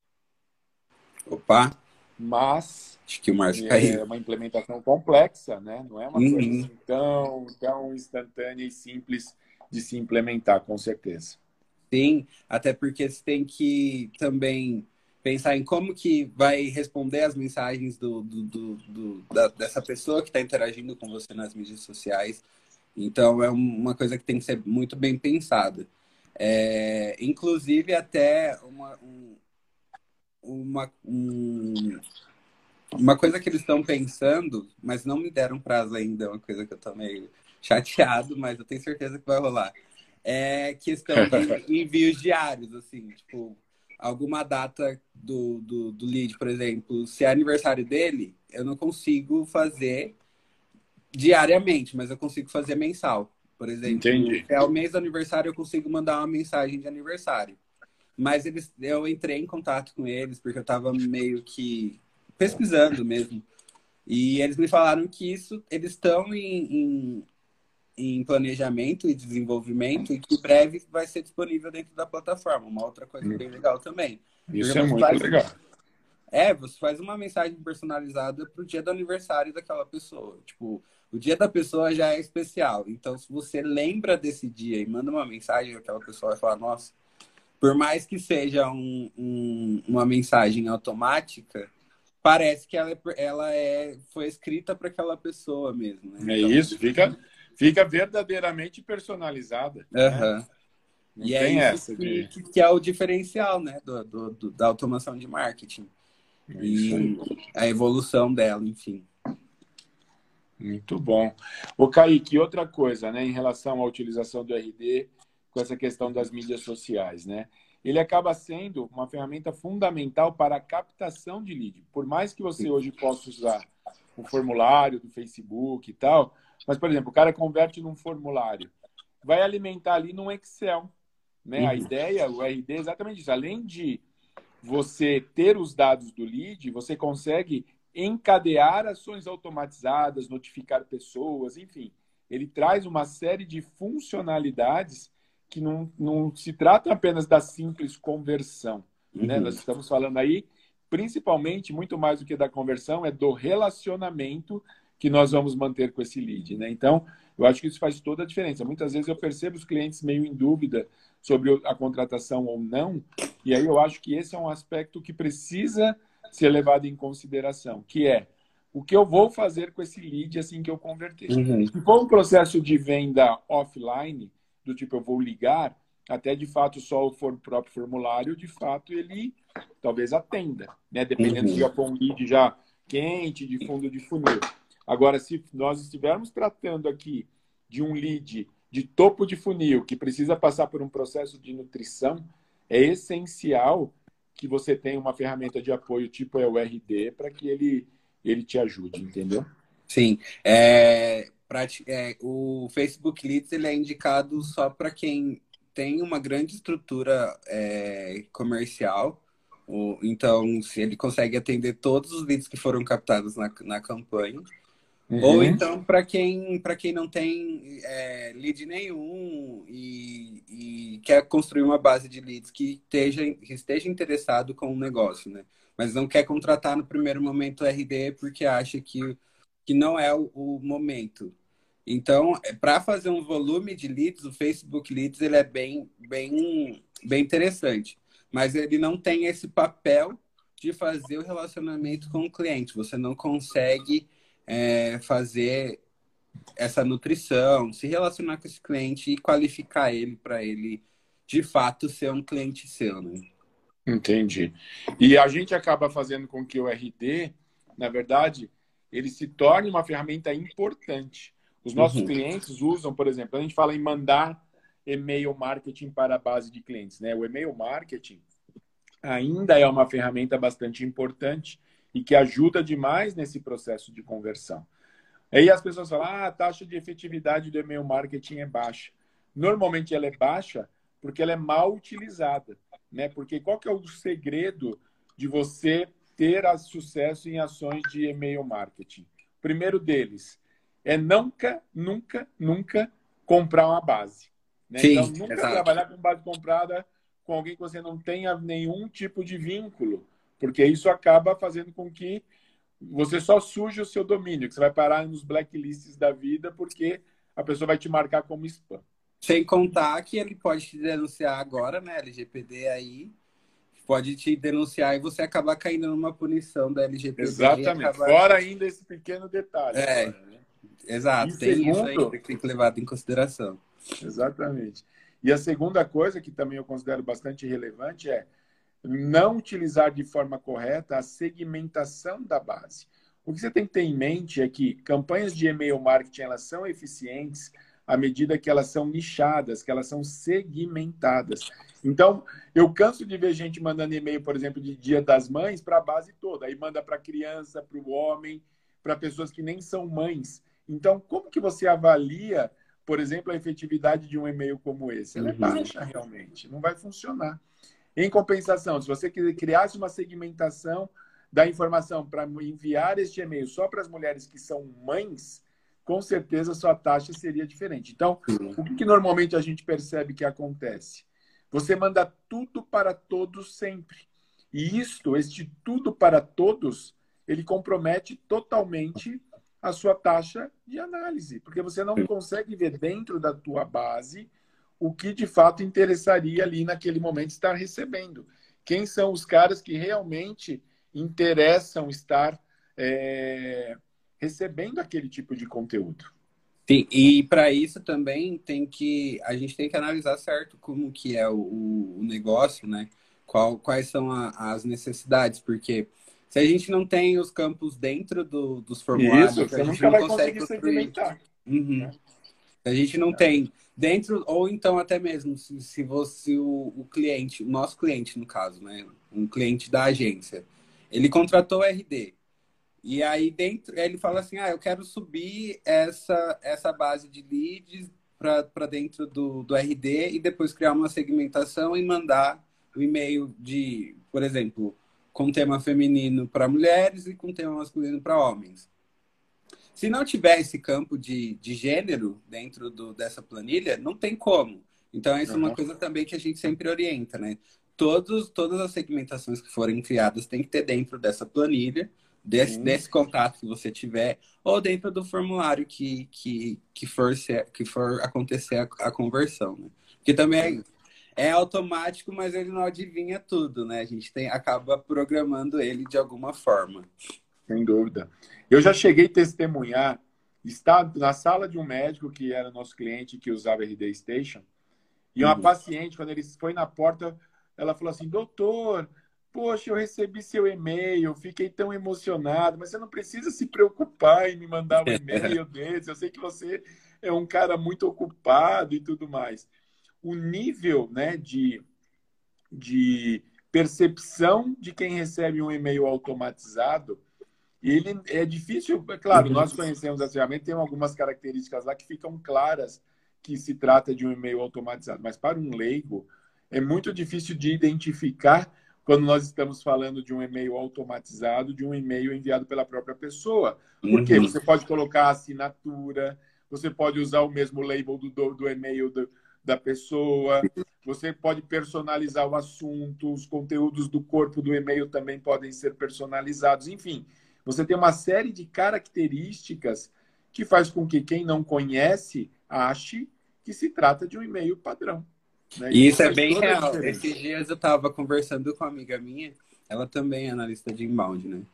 no... Opa! Mas acho que o Márcio é caiu. uma implementação complexa, né? Não é uma uhum. coisa assim tão, tão instantânea e simples de se implementar, com certeza. Sim, até porque você tem que também pensar em como que vai responder as mensagens do, do, do, do da, dessa pessoa que está interagindo com você nas mídias sociais. Então, é uma coisa que tem que ser muito bem pensada. É, inclusive, até uma... Um, Uma, um, uma coisa que eles estão pensando, mas não me deram prazo ainda, é uma coisa que eu tô meio chateado, mas eu tenho certeza que vai rolar. É questão de envios diários, assim, tipo, alguma data do, do, do lead, por exemplo, se é aniversário dele, eu não consigo fazer diariamente, mas eu consigo fazer mensal. Por exemplo, Entendi. se é o mês do aniversário, eu consigo mandar uma mensagem de aniversário. Mas eles, eu entrei em contato com eles porque eu estava meio que pesquisando mesmo. E eles me falaram que isso, eles estão em, em, em planejamento e desenvolvimento e que em breve vai ser disponível dentro da plataforma. Uma outra coisa bem legal também. Isso porque é muito faz, legal. É, você faz uma mensagem personalizada pro dia do aniversário daquela pessoa. Tipo, o dia da pessoa já é especial. Então, se você lembra desse dia e manda uma mensagem, aquela pessoa vai falar, nossa, por mais que seja um, um- uma mensagem automática, parece que ela, é, ela é, foi escrita para aquela pessoa mesmo, né? É Então, isso, fica, fica verdadeiramente personalizada, né? aham. Não E é tem isso essa que, de... que, que é o diferencial, né, do, do- do- da automação de marketing É isso aí. e a evolução dela, enfim. Muito bom. Ô, Kaique, outra coisa, né, em relação à utilização do R D, com essa questão das mídias sociais, né? Ele acaba sendo uma ferramenta fundamental para a captação de lead. Por mais que você hoje possa usar o formulário do Facebook e tal, mas, por exemplo, o cara converte num formulário, vai alimentar ali num Excel, né? A Uhum. ideia, o R D é exatamente isso. Além de você ter os dados do lead, você consegue encadear ações automatizadas, notificar pessoas, enfim. Ele traz uma série de funcionalidades que não, não se trata apenas da simples conversão. Né? Uhum. Nós estamos falando aí, principalmente, muito mais do que da conversão, é do relacionamento que nós vamos manter com esse lead. Né? Então, eu acho que isso faz toda a diferença. Muitas vezes eu percebo os clientes meio em dúvida sobre a contratação ou não, e aí eu acho que esse é um aspecto que precisa ser levado em consideração, que é o que eu vou fazer com esse lead assim que eu converter. Uhum. Se for um processo de venda offline, do tipo eu vou ligar, até de fato só o for- próprio formulário, de fato ele talvez atenda, né? Dependendo se já Uhum. for um lead já quente, de fundo de funil. Agora, se nós estivermos tratando aqui de um lead de topo de funil que precisa passar por um processo de nutrição, é essencial que você tenha uma ferramenta de apoio tipo é o R D para que ele, ele te ajude, entendeu? Sim, é, prati- é, o Facebook Leads ele é indicado só para quem tem uma grande estrutura é, comercial. O- então, se ele consegue atender todos os leads que foram captados na, na campanha. Ou Uhum. então, para quem, para quem não tem é, lead nenhum e, e quer construir uma base de leads que esteja, que esteja interessado com o negócio, né? Mas não quer contratar no primeiro momento o R D porque acha que, que não é o, o momento. Então, para fazer um volume de leads, o Facebook Leads ele é bem, bem, bem interessante. Mas ele não tem esse papel de fazer o relacionamento com o cliente. Você não consegue é, fazer essa nutrição, se relacionar com esse cliente e qualificar ele para ele, de fato, ser um cliente seu, né? Entendi. E a gente acaba fazendo com que o R D, na verdade, ele se torne uma ferramenta importante. Os nossos Uhum. clientes usam, por exemplo, a gente fala em mandar e-mail marketing para a base de clientes, né? O e-mail marketing ainda é uma ferramenta bastante importante e que ajuda demais nesse processo de conversão. Aí as pessoas falam, ah, a taxa de efetividade do e-mail marketing é baixa. Normalmente ela é baixa porque ela é mal utilizada, né? Porque qual que é o segredo de você ter sucesso em ações de e-mail marketing? O primeiro deles é nunca, nunca, nunca comprar uma base, né? Então, Sim, nunca exato. trabalhar com base comprada com alguém que você não tenha nenhum tipo de vínculo, porque isso acaba fazendo com que você só suje o seu domínio, que você vai parar nos blacklists da vida porque a pessoa vai te marcar como spam. Sem contar que ele pode te denunciar agora, né? L G P D aí pode te denunciar e você acabar caindo numa punição da L G P D e Exatamente. acabar. Fora ainda esse pequeno detalhe É, agora, né? E exato, tem isso ainda segundo, que tem que levar em consideração. exatamente. E a segunda coisa que também eu considero bastante relevante é não utilizar de forma correta a segmentação da base. O que você tem que ter em mente é que campanhas de e-mail marketing elas são eficientes à medida que elas são nichadas, que elas são segmentadas. Então, eu canso de ver gente mandando e-mail, por exemplo, de Dia das Mães para a base toda. Aí manda para a criança, para o homem, para pessoas que nem são mães. Então, como que você avalia, por exemplo, a efetividade de um e-mail como esse? Ela é Uhum. baixa, realmente. Não vai funcionar. Em compensação, se você criasse uma segmentação da informação para enviar este e-mail só para as mulheres que são mães, com certeza sua taxa seria diferente. Então, o que, que normalmente a gente percebe que acontece? Você manda tudo para todos sempre. E isto, este tudo para todos, ele compromete totalmente a sua taxa de análise, porque você não consegue ver dentro da tua base o que de fato interessaria ali naquele momento estar recebendo. Quem são os caras que realmente interessam estar é, recebendo aquele tipo de conteúdo. Sim, e para isso também tem que a gente tem que analisar certo como que é o, o negócio, né? Qual, quais são a, as necessidades, porque se a gente não tem os campos dentro do, dos formulários, Isso, a você gente nunca não vai consegue conseguir construir. segmentar. Uhum. Né? A gente não tem dentro, ou então até mesmo se, se você, o, o cliente, o nosso cliente no caso, né? Um cliente da agência, ele contratou o R D. E aí dentro ele fala assim, ah, eu quero subir essa, essa base de leads para dentro do, do R D e depois criar uma segmentação e mandar o e-mail de, por exemplo, com tema feminino para mulheres e com tema masculino para homens. Se não tiver esse campo de, de gênero dentro do, dessa planilha, não tem como. Então, essa é uma Uhum. coisa também que a gente sempre orienta, né? Todos, todas as segmentações que forem criadas tem que ter dentro dessa planilha, desse, desse contato que você tiver, ou dentro do formulário que, que, que, for, ser, que for acontecer a, a conversão. Né? Porque também é, é automático, mas ele não adivinha tudo, né? A gente tem, acaba programando ele de alguma forma. Sem dúvida. Eu já cheguei a testemunhar, estar na sala de um médico que era nosso cliente, que usava R D Station, e uma Uhum. paciente, quando ele foi na porta, ela falou assim, doutor, poxa, eu recebi seu e-mail, fiquei tão emocionado, mas você não precisa se preocupar em me mandar um e-mail desse, eu sei que você é um cara muito ocupado e tudo mais. O nível, né, de, de percepção de quem recebe um e-mail automatizado, ele é difícil, é claro, nós conhecemos as ferramentas, tem algumas características lá que ficam claras que se trata de um e-mail automatizado, mas para um leigo é muito difícil de identificar quando nós estamos falando de um e-mail automatizado, de um e-mail enviado pela própria pessoa. Por quê? Uhum. Você pode colocar a assinatura, você pode usar o mesmo label do, do, do e-mail do, da pessoa, você pode personalizar o assunto, os conteúdos do corpo do e-mail também podem ser personalizados, enfim. Você tem uma série de características que faz com que quem não conhece ache que se trata de um e-mail padrão. Né? E Isso isso é faz bem toda a real. diferença. Esses dias eu estava conversando com uma amiga minha, ela também é analista de inbound, né?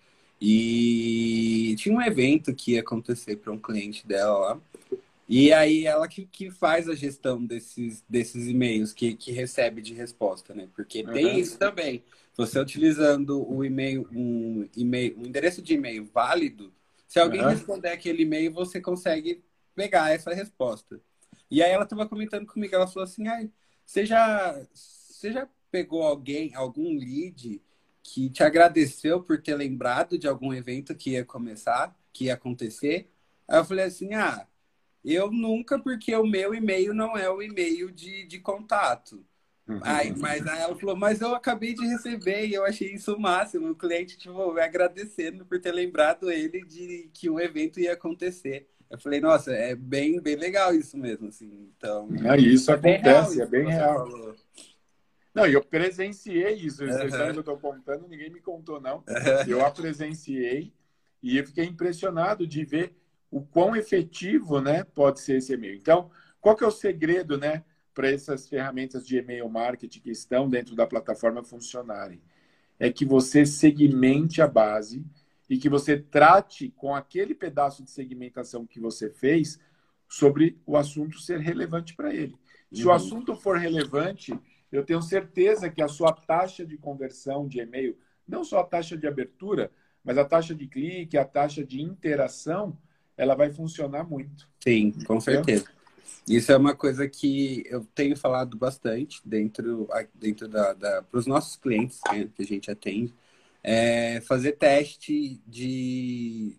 E tinha um evento que ia acontecer para um cliente dela lá. E aí ela que, que faz a gestão desses, desses e-mails que, que recebe de resposta, né? Porque tem Uhum. isso também. Você utilizando o e-mail, um e-mail, um endereço de e-mail válido, se alguém Uhum. responder aquele e-mail, você consegue pegar essa resposta. E aí ela estava comentando comigo, ela falou assim, ai, você já, você já pegou alguém, algum lead que te agradeceu por ter lembrado de algum evento que ia começar, que ia acontecer? Aí eu falei assim, ah, eu nunca, porque o meu e-mail não é o e-mail de, de contato. Aí, mas aí ela falou, mas eu acabei de receber e eu achei isso o máximo. O cliente, tipo, me agradecendo por ter lembrado ele de que um evento ia acontecer. Eu falei, nossa, é bem, bem legal isso mesmo, assim. Então, É, isso é bem real acontece, é isso que bem você real. falou. Não, e eu presenciei isso. Essa história que Aham. eu estou contando, ninguém me contou, não. Eu a presenciei e eu fiquei impressionado de ver o quão efetivo, né, pode ser esse e-mail. Então, qual que é o segredo, né, para essas ferramentas de e-mail marketing que estão dentro da plataforma funcionarem? É que você segmente a base e que você trate com aquele pedaço de segmentação que você fez sobre o assunto ser relevante para ele. Se o Uhum. assunto for relevante, eu tenho certeza que a sua taxa de conversão de e-mail, não só a taxa de abertura, mas a taxa de clique, a taxa de interação, ela vai funcionar muito. Sim, com Entendeu? certeza. Isso é uma coisa que eu tenho falado bastante dentro, dentro da, da para os nossos clientes, né, que a gente atende, é fazer teste de,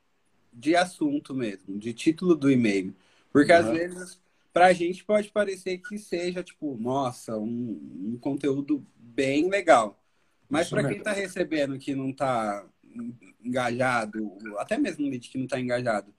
de assunto mesmo, de título do e-mail. Porque às Uhum. vezes, para a gente pode parecer que seja, tipo, nossa, um, um conteúdo bem legal. Mas Isso para quem mesmo. está recebendo que não está engajado, até mesmo um lead que não está engajado,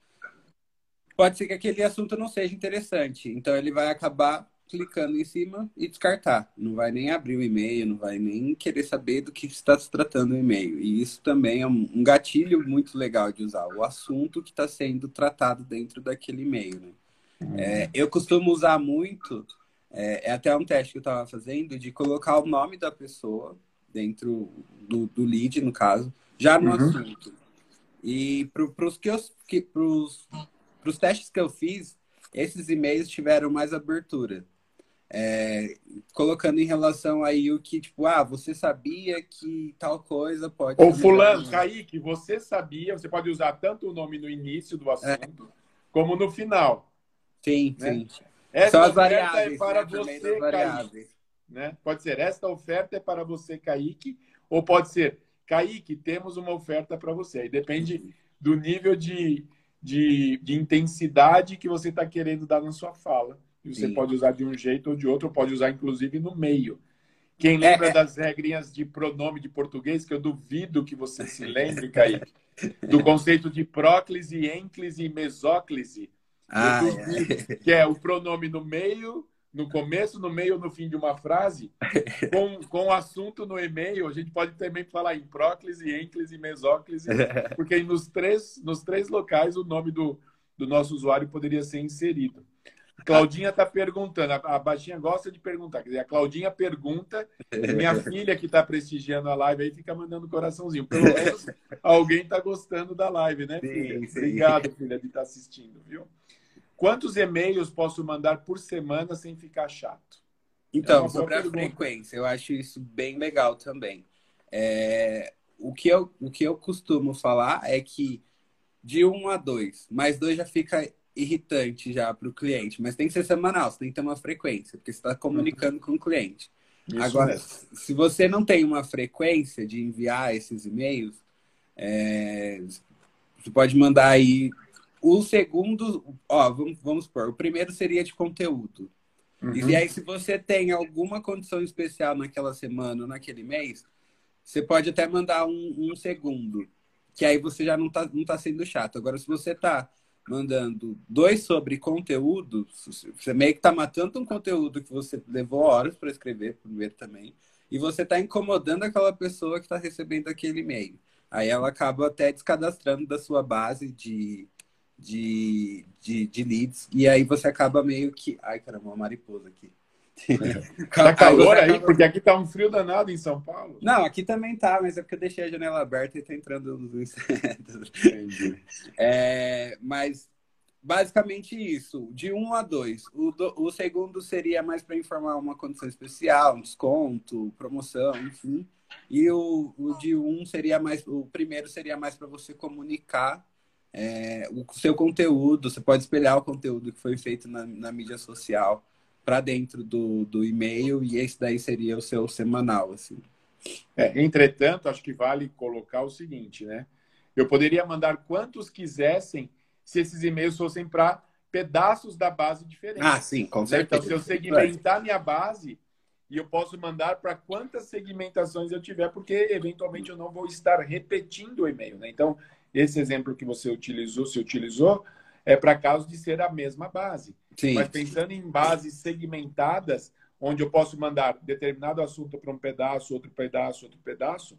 pode ser que aquele assunto não seja interessante. Então ele vai acabar clicando em cima e descartar. Não vai nem abrir o e-mail, não vai nem querer saber do que está se tratando o e-mail. E isso também é um gatilho muito legal de usar, o assunto que está sendo tratado dentro daquele e-mail, né? É, eu costumo usar muito É, é até um teste que eu estava fazendo de colocar o nome da pessoa dentro do, do lead, no caso, já no Uhum. assunto. E para os que eu, que, pros, pros testes que eu fiz, esses e-mails tiveram mais abertura. É, colocando em relação aí o que, tipo, ah, você sabia que tal coisa pode Ou ser melhor. fulano, Kaique, você sabia, você pode usar tanto o nome no início do É, assunto, como no final, sim, né? sim. São Esta as oferta é variáveis, para né? Por meio das você, Kaique. variáveis. Né? Pode ser, esta oferta é para você, Kaique, ou pode ser, Kaique, temos uma oferta para você. Aí depende do nível de, de, de intensidade que você está querendo dar na sua fala. E você Sim. pode usar de um jeito ou de outro, ou pode usar inclusive no meio. Quem lembra É, é... das regrinhas de pronome de português, que eu duvido que você se lembre, Kaique, do conceito de próclise, ênclise e mesóclise. Eu Ah, duvido. é. Que é o pronome no meio, no começo, no meio ou no fim de uma frase, com, com o assunto no e-mail. A gente pode também falar em próclise, ênclise e mesóclise, porque nos três, nos três locais o nome do, do nosso usuário poderia ser inserido. Claudinha está perguntando, a, a baixinha gosta de perguntar. Quer dizer, a Claudinha pergunta e minha filha que está prestigiando a live aí fica mandando coraçãozinho. Pelo menos alguém está gostando da live, né, filha? Sim, sim. Obrigado, filha, de estar assistindo, viu? Quantos e-mails posso mandar por semana sem ficar chato? É Então, uma boa sobre a pergunta. frequência, eu acho isso bem legal também. É, o que eu, o que eu costumo falar é que de um a dois, mais dois já fica irritante já para o cliente, mas tem que ser semanal, você tem que ter uma frequência, porque você está comunicando com o cliente. Isso Agora, mesmo. se você não tem uma frequência de enviar esses e-mails, é, você pode mandar aí o segundo, ó, vamos, vamos supor, o primeiro seria de conteúdo. Uhum. E aí, se você tem alguma condição especial naquela semana ou naquele mês, você pode até mandar um, um segundo, que aí você já não está não tá sendo chato. Agora, se você está mandando dois sobre conteúdo, você meio que está matando um conteúdo que você levou horas para escrever, primeiro também, e você está incomodando aquela pessoa que está recebendo aquele e-mail. Aí ela acaba até descadastrando da sua base de, de, de, de leads, e aí você acaba meio que... Ai, caramba, uma mariposa aqui. Tá calor aí? Acaba... Porque aqui tá um frio danado em São Paulo. Não, aqui também tá, mas é porque eu deixei a janela aberta e tá entrando os insetos. Entendi. É, mas basicamente isso, de um a dois. O, do, o segundo seria mais para informar uma condição especial, um desconto, promoção, enfim. E o, o de um seria mais, o primeiro seria mais para você comunicar é, o seu conteúdo. Você pode espelhar o conteúdo que foi feito na, na mídia social para dentro do, do e-mail, e esse daí seria o seu semanal, assim. É, entretanto, acho que vale colocar o seguinte, né? Eu poderia mandar quantos quisessem se esses e-mails fossem para pedaços da base diferentes. Ah, sim, com né? certeza. Então, se eu segmentar minha base, e eu posso mandar para quantas segmentações eu tiver, porque eventualmente eu não vou estar repetindo o e-mail, né? Então, esse exemplo que você utilizou, se utilizou, é para caso de ser a mesma base. Sim. Mas pensando em bases segmentadas, onde eu posso mandar determinado assunto para um pedaço, outro pedaço, outro pedaço,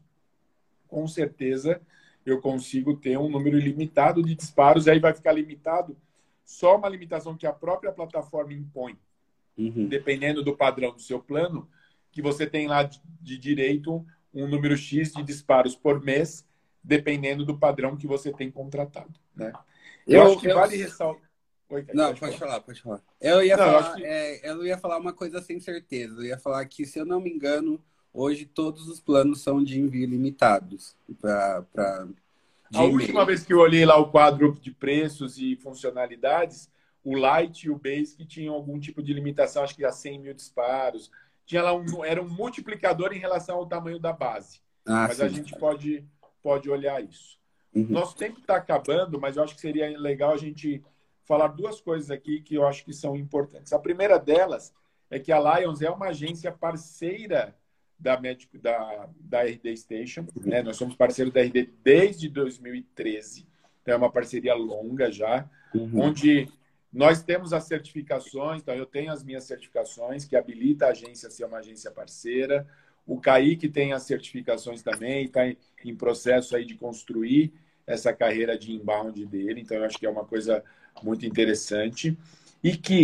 com certeza eu consigo ter um número ilimitado de disparos, e aí vai ficar limitado só uma limitação que a própria plataforma impõe, uhum. dependendo do padrão do seu plano, que você tem lá de, de direito um número X de disparos por mês, dependendo do padrão que você tem contratado. Né? Eu, eu acho que eu... vale ressaltar. Oi, não, pode, pode falar. falar, pode falar. Eu ia, não, falar eu, que... é, eu ia falar uma coisa sem certeza. Eu ia falar que, se eu não me engano, hoje todos os planos são de envio limitados. Pra, pra, a última vez que eu olhei lá o quadro de preços e funcionalidades, o Lite e o Basic tinham algum tipo de limitação, acho que a cem mil disparos. Tinha lá um, era um multiplicador em relação ao tamanho da base. Ah, mas sim. A gente pode, pode olhar isso. Uhum. Nosso tempo está acabando, mas eu acho que seria legal a gente falar duas coisas aqui que eu acho que são importantes. A primeira delas é que a Lions é uma agência parceira da, Medic, da, da R D Station. Né? Nós somos parceiros da R D desde dois mil e treze. Então é uma parceria longa já, uhum. onde nós temos as certificações. Então eu tenho as minhas certificações, que habilita a agência a ser uma agência parceira. O Kaique tem as certificações também, está em, em processo aí de construir essa carreira de inbound dele. Então eu acho que é uma coisa muito interessante. E que,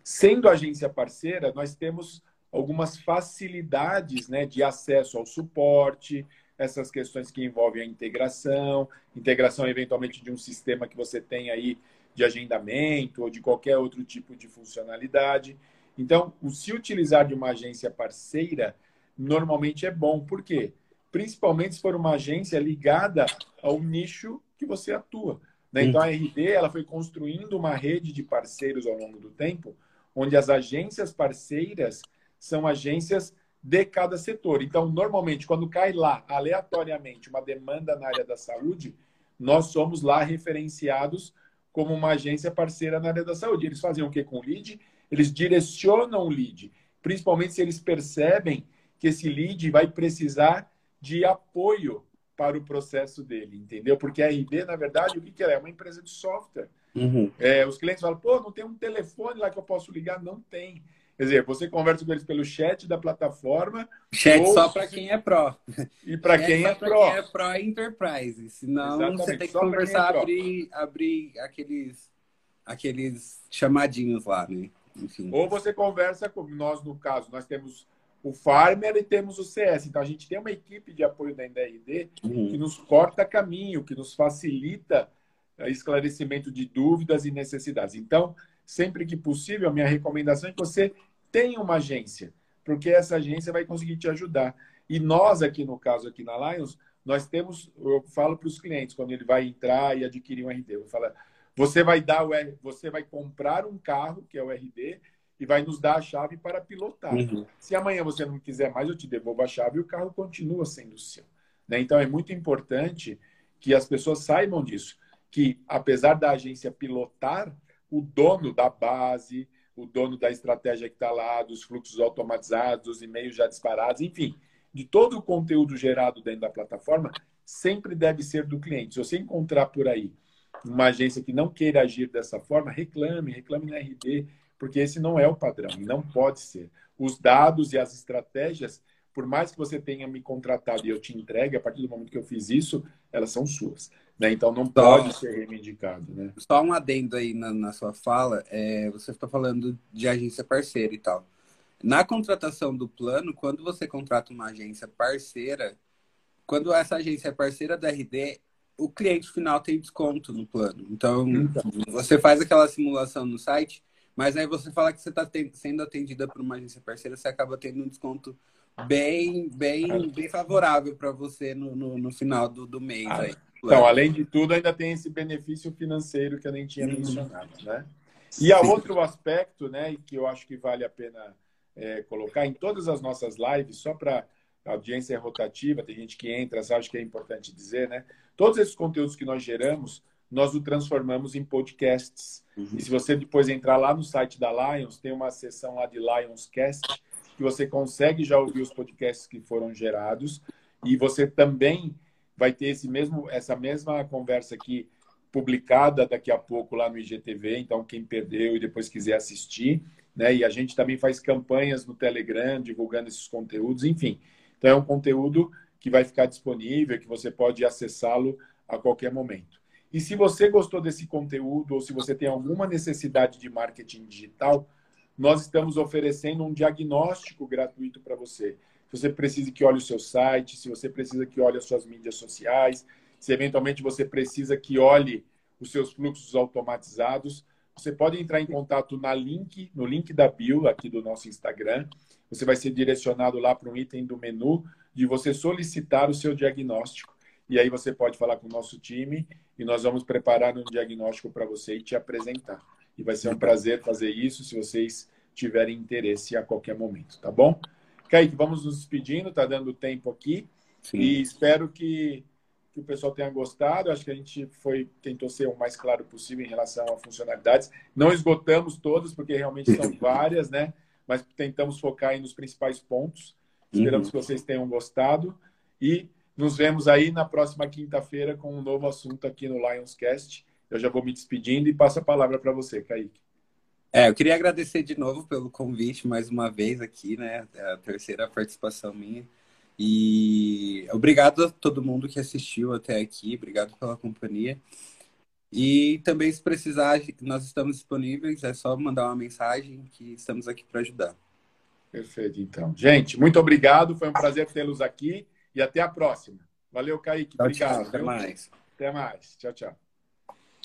Sendo agência parceira, nós temos algumas facilidades, né, de acesso ao suporte, essas questões que envolvem a integração, integração eventualmente de um sistema que você tem aí de agendamento ou de qualquer outro tipo de funcionalidade. Então, o se utilizar de uma agência parceira normalmente é bom. Por quê? Principalmente se for uma agência ligada ao nicho que você atua, né? Então, a R D ela foi construindo uma rede de parceiros ao longo do tempo, onde as agências parceiras são agências de cada setor. Então, normalmente, quando cai lá, aleatoriamente, uma demanda na área da saúde, nós somos lá referenciados como uma agência parceira na área da saúde. Eles fazem o quê com o lead? Eles direcionam o lead, principalmente se eles percebem que esse lead vai precisar de apoio para o processo dele, entendeu? Porque a R D, na verdade, o que ela é? É uma empresa de software. Uhum. É, os clientes falam, pô, não tem um telefone lá que eu posso ligar? Não tem. Quer dizer, você conversa com eles pelo chat da plataforma. Chat ou... só para quem é pró. E para quem é pró. Quem é pró Enterprise. Senão Exatamente. você tem que Só conversar, é abrir, abrir aqueles, aqueles chamadinhos lá, né? Enfim. Ou você conversa com nós, no caso, nós temos o Farmer e temos o C S. Então, a gente tem uma equipe de apoio da N D R D uhum. que nos corta caminho, que nos facilita esclarecimento de dúvidas e necessidades. Então, sempre que possível, a minha recomendação é que você tenha uma agência, porque essa agência vai conseguir te ajudar. E nós, aqui no caso, aqui na Lions, nós temos, eu falo para os clientes, quando ele vai entrar e adquirir um R D, eu falo, você vai dar o R, você vai comprar um carro, que é o R D, e vai nos dar a chave para pilotar. Uhum. Se amanhã você não quiser mais, eu te devolvo a chave e o carro continua sendo seu. Né? Então, é muito importante que as pessoas saibam disso, que apesar da agência pilotar, o dono da base, o dono da estratégia que está lá, dos fluxos automatizados, dos e-mails já disparados, enfim, de todo o conteúdo gerado dentro da plataforma, sempre deve ser do cliente. Se você encontrar por aí uma agência que não queira agir dessa forma, reclame, reclame na R D, porque esse não é o padrão, e não pode ser. Os dados e as estratégias, por mais que você tenha me contratado e eu te entregue, a partir do momento que eu fiz isso, elas são suas. Né? Então, não pode só, ser reivindicado. Né? Só um adendo aí na, na sua fala, é, você está falando de agência parceira e tal. Na contratação do plano, quando você contrata uma agência parceira, quando essa agência é parceira da R D, o cliente final tem desconto no plano. Então, então. você faz aquela simulação no site, mas aí você fala que você está sendo atendida por uma agência parceira, você acaba tendo um desconto bem, bem, bem favorável para você no, no, no final do, do mês. Ah, aí. Então, além de tudo, ainda tem esse benefício financeiro que eu nem tinha mencionado, né? E há outro aspecto, né, que eu acho que vale a pena é, colocar em todas as nossas lives, só para a audiência é rotativa, tem gente que entra, acho que é importante dizer, né? Todos esses conteúdos que nós geramos, nós o transformamos em podcasts. Uhum. E se você depois entrar lá no site da Lions, tem uma seção lá de Lionscast, que você consegue já ouvir os podcasts que foram gerados, e você também vai ter esse mesmo, essa mesma conversa aqui publicada daqui a pouco lá no I G T V, então quem perdeu e depois quiser assistir, né? E a gente também faz campanhas no Telegram, divulgando esses conteúdos, enfim. Então é um conteúdo que vai ficar disponível, que você pode acessá-lo a qualquer momento. E se você gostou desse conteúdo, ou se você tem alguma necessidade de marketing digital, nós estamos oferecendo um diagnóstico gratuito para você. Se você precisa que olhe o seu site, se você precisa que olhe as suas mídias sociais, se eventualmente você precisa que olhe os seus fluxos automatizados, você pode entrar em contato na link, no link da bio aqui do nosso Instagram. Você vai ser direcionado lá para um item do menu de você solicitar o seu diagnóstico. E aí você pode falar com o nosso time e nós vamos preparar um diagnóstico para você e te apresentar. E vai ser um prazer fazer isso se vocês tiverem interesse a qualquer momento, tá bom? Kaique, vamos nos despedindo, tá dando tempo aqui. Sim. E espero que, que o pessoal tenha gostado. Acho que a gente foi, tentou ser o mais claro possível em relação a funcionalidades. Não esgotamos todas, porque realmente são várias, né? Mas tentamos focar aí nos principais pontos. Esperamos uhum. que vocês tenham gostado. E nos vemos aí na próxima quinta-feira com um novo assunto aqui no Lionscast. Eu já vou me despedindo e passo a palavra para você, Kaique. É, eu queria agradecer de novo pelo convite, mais uma vez aqui, né? É a terceira participação minha. E obrigado a todo mundo que assistiu até aqui, obrigado pela companhia. E também, se precisar, nós estamos disponíveis, é só mandar uma mensagem que estamos aqui para ajudar. Perfeito, então. Gente, muito obrigado, foi um prazer tê-los aqui e até a próxima. Valeu, Kaique. Tchau, Obrigado. tchau, até viu? mais. Até mais. Tchau, tchau.